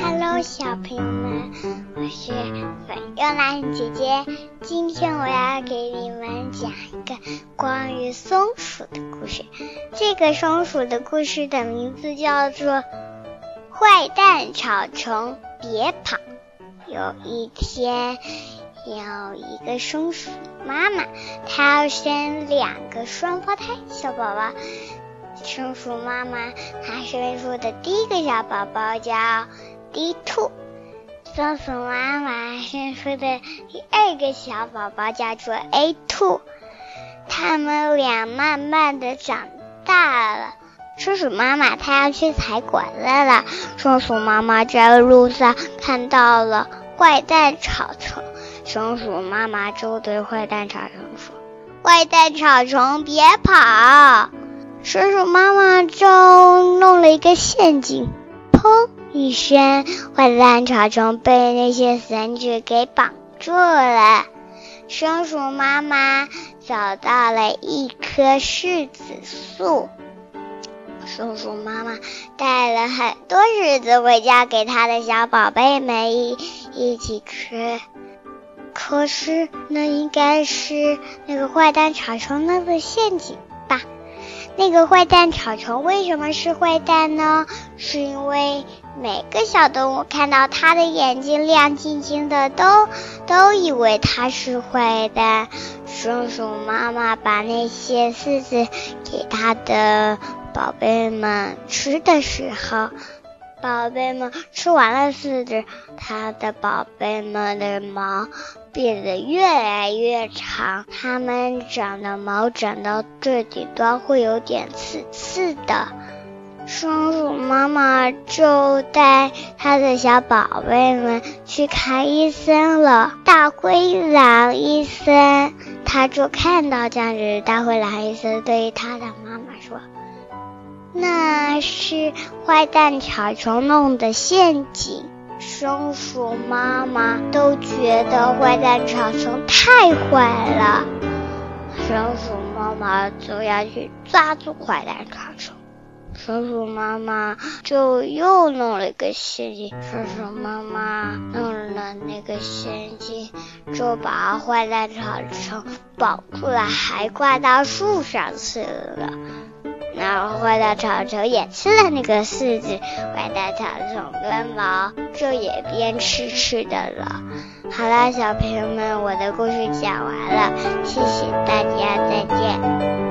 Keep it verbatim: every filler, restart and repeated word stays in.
Hello， 小朋友们，我是粉幽兰姐姐。今天我要给你们讲一个关于松鼠的故事。这个松鼠的故事的名字叫做坏蛋草丛别跑。有一天，有一个松鼠妈妈，她要生两个双胞胎小宝宝。松鼠妈妈她生出的第一个小宝宝叫D 兔，松鼠妈妈生出的第二个小宝宝叫做 A 兔。他们俩慢慢的长大了。松鼠妈妈她要去采果子了。松鼠妈妈在路上看到了坏蛋草丛，松鼠妈妈就对坏蛋草丛说：坏蛋草丛别跑。松鼠妈妈就弄了一个陷阱，砰一声，坏蛋草丛被那些绳子给绑住了。松鼠妈妈找到了一棵柿子树，松鼠妈妈带了很多柿子回家给她的小宝贝们一一起吃。可是那应该是那个坏蛋草丛那个陷阱吧。那个坏蛋草丛为什么是坏蛋呢？是因为每个小动物看到它的眼睛亮晶晶的，都都以为它是坏蛋。松鼠妈妈把那些柿子给它的宝贝们吃的时候，宝贝们吃完了柿子，它的宝贝们的毛变得越来越长，它们长的毛长到最顶端会有点刺刺的。松鼠妈妈就带她的小宝贝们去看医生了。大灰狼医生他就看到这样子，大灰狼医生对他的妈妈说：那是坏蛋草丛弄的陷阱。松鼠妈妈都觉得坏蛋草丛太坏了，松鼠妈妈就要去抓住坏蛋草丛。松鼠妈妈就又弄了一个陷阱，松鼠妈妈弄了那个陷阱，就把坏蛋草丛绑住了，还挂到树上去了。然后坏蛋草丛也吃了那个柿子，坏蛋草丛跟毛就也变吃吃的了。好了，小朋友们，我的故事讲完了，谢谢大家，再见。